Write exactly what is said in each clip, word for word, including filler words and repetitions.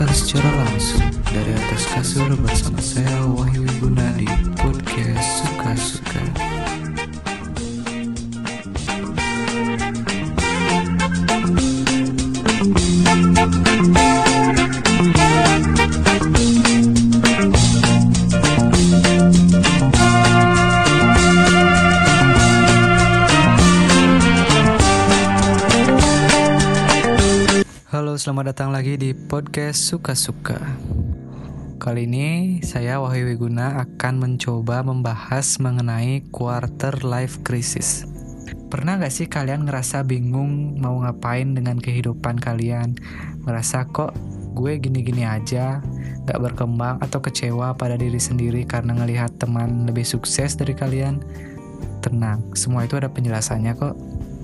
melaporkan secara langsung dari atas kasur bersama saya Wahyu Guna di podcast Suka-Suka. Halo, selamat datang lagi di podcast Suka-Suka. Kali ini saya Wahyu Wiguna akan mencoba membahas mengenai quarter life crisis. Pernah gak sih kalian ngerasa bingung mau ngapain dengan kehidupan kalian? Ngerasa kok gue gini-gini aja, gak berkembang, atau kecewa pada diri sendiri karena ngelihat teman lebih sukses dari kalian? Tenang, semua itu ada penjelasannya kok.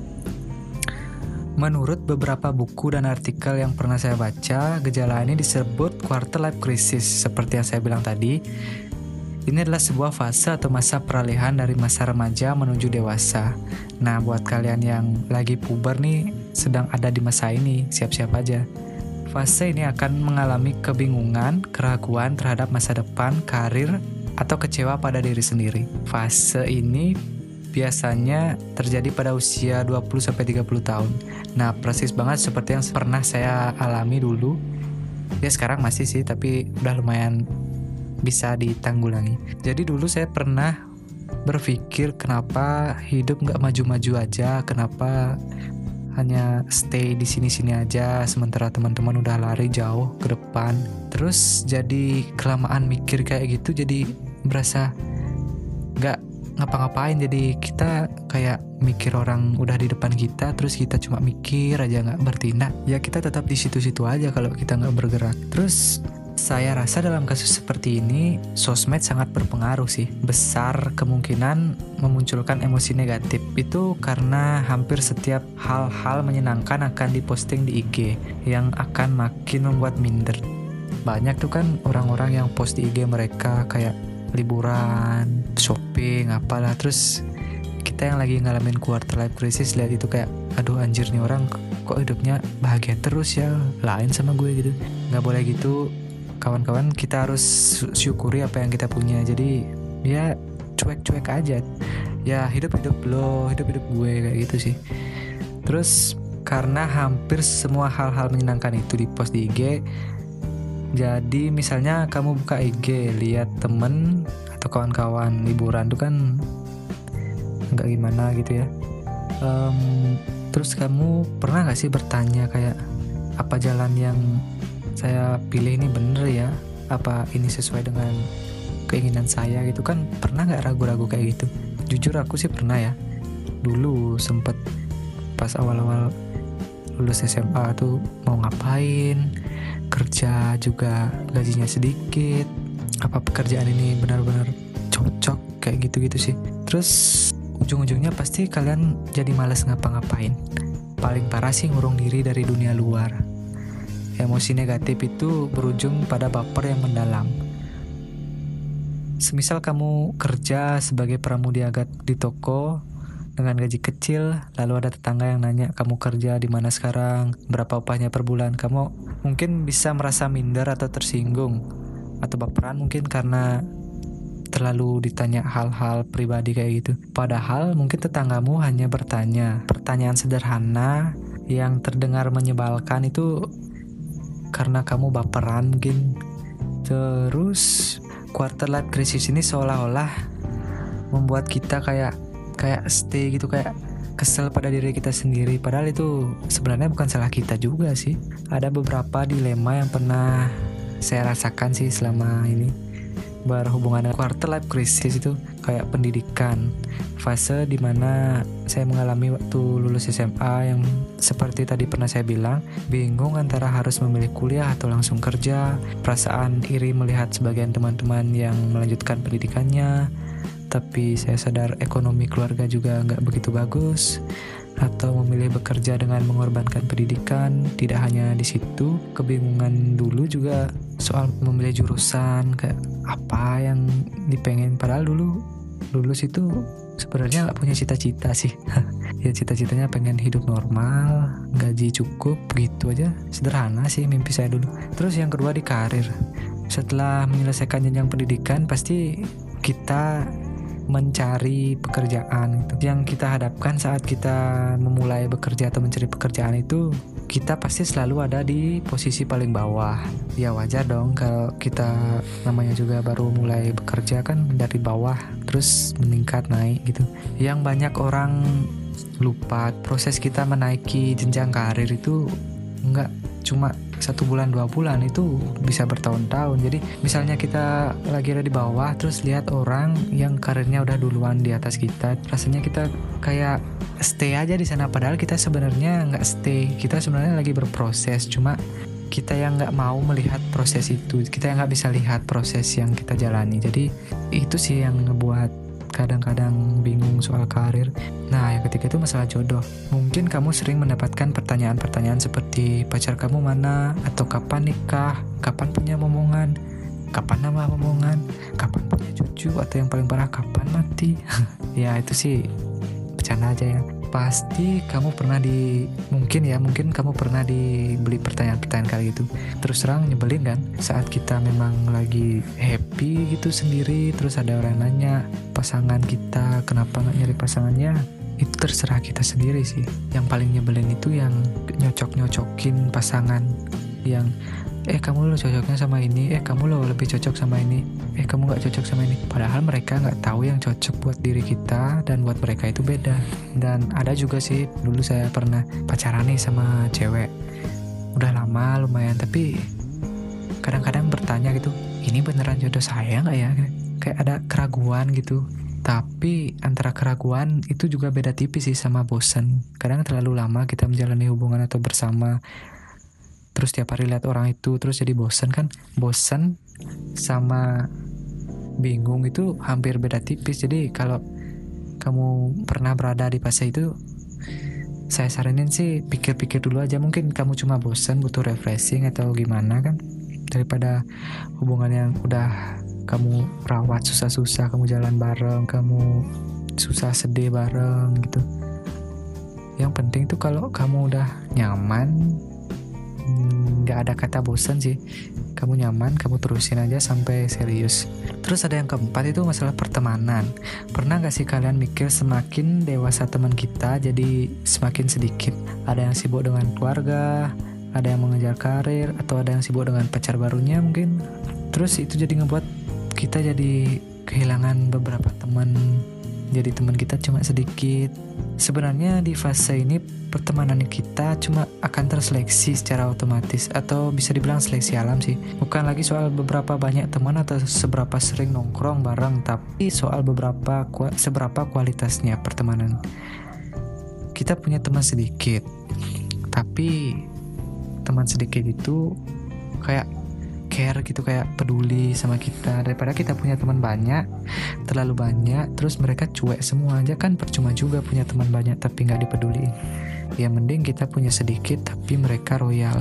Menurut beberapa buku dan artikel yang pernah saya baca, gejala ini disebut quarter life crisis. Seperti yang saya bilang tadi, ini adalah sebuah fase atau masa peralihan dari masa remaja menuju dewasa. Nah, buat kalian yang lagi puber nih, sedang ada di masa ini, siap-siap aja. Fase ini akan mengalami kebingungan, keraguan terhadap masa depan, karir, atau kecewa pada diri sendiri. Fase ini biasanya terjadi pada usia dua puluh sampai tiga puluh tahun. Nah, persis banget seperti yang pernah saya alami dulu. Ya sekarang masih sih, tapi udah lumayan bisa ditanggulangi. Jadi dulu saya pernah berpikir kenapa hidup gak maju-maju aja, kenapa hanya stay di sini-sini aja sementara teman-teman udah lari jauh ke depan. Terus jadi kelamaan mikir kayak gitu, jadi berasa gak ngapa-ngapain. Jadi kita kayak mikir orang udah di depan kita, terus kita cuma mikir aja nggak bertindak. Ya kita tetap di situ-situ aja kalau kita nggak bergerak. Terus saya rasa dalam kasus seperti ini sosmed sangat berpengaruh sih. Besar kemungkinan memunculkan emosi negatif itu karena hampir setiap hal-hal menyenangkan akan diposting di I G yang akan makin membuat minder. Banyak tuh kan orang-orang yang post di I G mereka kayak liburan, shopping, apalah. Terus kita yang lagi ngalamin quarter life crisis lihat itu kayak, aduh anjir nih orang kok hidupnya bahagia terus ya, lain sama gue gitu. Nggak boleh gitu kawan-kawan, kita harus syukuri apa yang kita punya. Jadi ya cuek-cuek aja, ya hidup-hidup lo, hidup-hidup gue, kayak gitu sih. Terus karena hampir semua hal-hal menyenangkan itu di post di I G, jadi misalnya kamu buka I G, lihat temen atau kawan-kawan liburan tuh kan nggak gimana gitu ya. Um, terus kamu pernah nggak sih bertanya kayak, apa jalan yang saya pilih ini bener ya? Apa ini sesuai dengan keinginan saya gitu kan? Pernah nggak ragu-ragu kayak gitu? Jujur aku sih pernah ya. Dulu sempet pas awal-awal lulus S M A tuh mau ngapain, kerja juga gajinya sedikit, apa pekerjaan ini benar-benar cocok, kayak gitu-gitu sih. Terus ujung-ujungnya pasti kalian jadi malas ngapa-ngapain. Paling parah sih ngurung diri dari dunia luar. Emosi negatif itu berujung pada baper yang mendalam. Semisal kamu kerja sebagai pramudiaga di toko dengan gaji kecil, lalu ada tetangga yang nanya kamu kerja di mana sekarang, berapa upahnya per bulan. Kamu mungkin bisa merasa minder atau tersinggung, atau baperan mungkin karena terlalu ditanya hal-hal pribadi kayak gitu. Padahal mungkin tetanggamu hanya bertanya pertanyaan sederhana yang terdengar menyebalkan itu karena kamu baperan mungkin. Terus quarter life crisis ini seolah-olah membuat kita kayak kayak stay gitu, kayak kesel pada diri kita sendiri. Padahal itu sebenarnya bukan salah kita juga sih. Ada beberapa dilema yang pernah saya rasakan sih selama ini berhubungan dengan quarter life crisis itu, kayak pendidikan. Fase dimana saya mengalami waktu lulus S M A yang seperti tadi pernah saya bilang, bingung antara harus memilih kuliah atau langsung kerja. Perasaan iri melihat sebagian teman-teman yang melanjutkan pendidikannya, tapi saya sadar ekonomi keluarga juga nggak begitu bagus. Atau memilih bekerja dengan mengorbankan pendidikan. Tidak hanya di situ, kebingungan dulu juga soal memilih jurusan, kayak apa yang dipengen. Padahal dulu lulus itu sebenarnya nggak punya cita-cita sih. Ya cita-citanya pengen hidup normal, gaji cukup, gitu aja. Sederhana sih mimpi saya dulu. Terus yang kedua di karir. Setelah menyelesaikan jenjang pendidikan, pasti kita mencari pekerjaan gitu. Yang kita hadapkan saat kita memulai bekerja atau mencari pekerjaan itu, kita pasti selalu ada di posisi paling bawah. Ya wajar dong kalau kita namanya juga baru mulai bekerja kan, dari bawah terus meningkat naik gitu. Yang banyak orang lupa, proses kita menaiki jenjang karir itu enggak cuma satu bulan dua bulan, itu bisa bertahun-tahun. Jadi misalnya kita lagi ada di bawah terus lihat orang yang karirnya udah duluan di atas kita, rasanya kita kayak stay aja di sana, padahal kita sebenarnya nggak stay, kita sebenarnya lagi berproses, cuma kita yang nggak mau melihat proses itu, kita yang nggak bisa lihat proses yang kita jalani. Jadi itu sih yang ngebuat kadang-kadang bingung soal karir. Nah, yang ketiga itu masalah jodoh. Mungkin kamu sering mendapatkan pertanyaan-pertanyaan seperti pacar kamu mana, atau kapan nikah, kapan punya momongan, kapan nama momongan, kapan punya cucu, atau yang paling parah kapan mati. Ya itu sih bercanda aja ya. Pasti kamu pernah di mungkin ya mungkin kamu pernah dibeli pertanyaan-pertanyaan kali itu. Terus terang nyebelin kan, saat kita memang lagi happy gitu sendiri, terus ada orang nanya pasangan kita kenapa nggak nyari pasangannya. Itu terserah kita sendiri sih. Yang paling nyebelin itu yang nyocok-nyocokin pasangan, yang eh kamu lo cocoknya sama ini, eh kamu lo lebih cocok sama ini, eh kamu gak cocok sama ini. Padahal mereka gak tahu yang cocok buat diri kita, dan buat mereka itu beda. Dan ada juga sih, dulu saya pernah pacaran nih sama cewek, udah lama lumayan, tapi kadang-kadang bertanya gitu, ini beneran jodoh saya gak ya? Kayak ada keraguan gitu. Tapi antara keraguan itu juga beda tipis sih sama bosan. Kadang terlalu lama kita menjalani hubungan atau bersama, terus tiap hari lihat orang itu, terus jadi bosan kan. Bosan sama bingung itu hampir beda tipis. Jadi kalau kamu pernah berada di fase itu, saya saranin sih pikir-pikir dulu aja. Mungkin kamu cuma bosan, butuh refreshing atau gimana kan, daripada hubungan yang udah kamu rawat susah-susah, kamu jalan bareng, kamu susah sedih bareng gitu. Yang penting tuh kalau kamu udah nyaman, nggak ada kata bosan sih, kamu nyaman, kamu terusin aja sampai serius. Terus ada yang keempat itu masalah pertemanan. Pernah gak sih kalian mikir semakin dewasa teman kita jadi semakin sedikit? Ada yang sibuk dengan keluarga, ada yang mengejar karir, atau ada yang sibuk dengan pacar barunya mungkin. Terus itu jadi ngebuat kita jadi kehilangan beberapa teman. Jadi teman kita cuma sedikit. Sebenarnya di fase ini pertemanan kita cuma akan terseleksi secara otomatis, atau bisa dibilang seleksi alam sih. Bukan lagi soal beberapa banyak teman atau seberapa sering nongkrong bareng, tapi soal beberapa seberapa kualitasnya pertemanan. Kita punya teman sedikit, tapi teman sedikit itu kayak care gitu, kayak peduli sama kita, daripada kita punya teman banyak, terlalu banyak, terus mereka cuek semua aja kan percuma juga punya teman banyak tapi nggak dipeduli. Ya mending kita punya sedikit tapi mereka royal.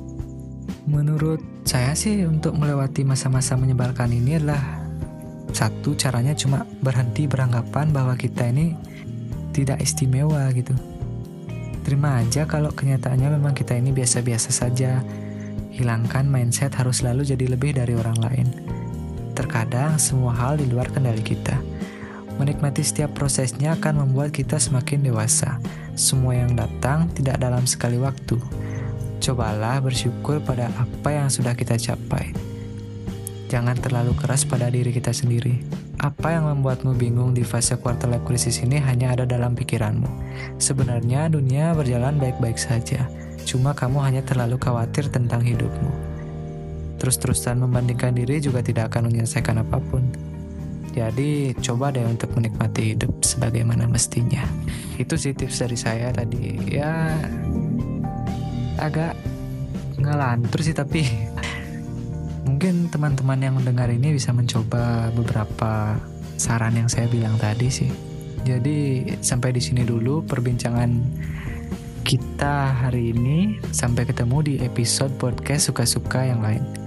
Menurut saya sih untuk melewati masa-masa menyebalkan ini adalah satu, caranya cuma berhenti beranggapan bahwa kita ini tidak istimewa gitu. Terima aja kalau kenyataannya memang kita ini biasa-biasa saja. Hilangkan mindset harus selalu jadi lebih dari orang lain. Terkadang semua hal di luar kendali kita. Menikmati setiap prosesnya akan membuat kita semakin dewasa. Semua yang datang tidak dalam sekali waktu. Cobalah bersyukur pada apa yang sudah kita capai. Jangan terlalu keras pada diri kita sendiri. Apa yang membuatmu bingung di fase quarter life crisis ini hanya ada dalam pikiranmu. Sebenarnya dunia berjalan baik-baik saja. Cuma kamu hanya terlalu khawatir tentang hidupmu. Terus-terusan membandingkan diri juga tidak akan menyelesaikan apapun. Jadi coba deh untuk menikmati hidup sebagaimana mestinya. Itu sih tips dari saya tadi. Ya agak ngelantur sih, tapi mungkin teman-teman yang mendengar ini bisa mencoba beberapa saran yang saya bilang tadi sih. Jadi sampai di sini dulu perbincangan kita hari ini. Sampai ketemu di episode podcast suka-suka yang lain.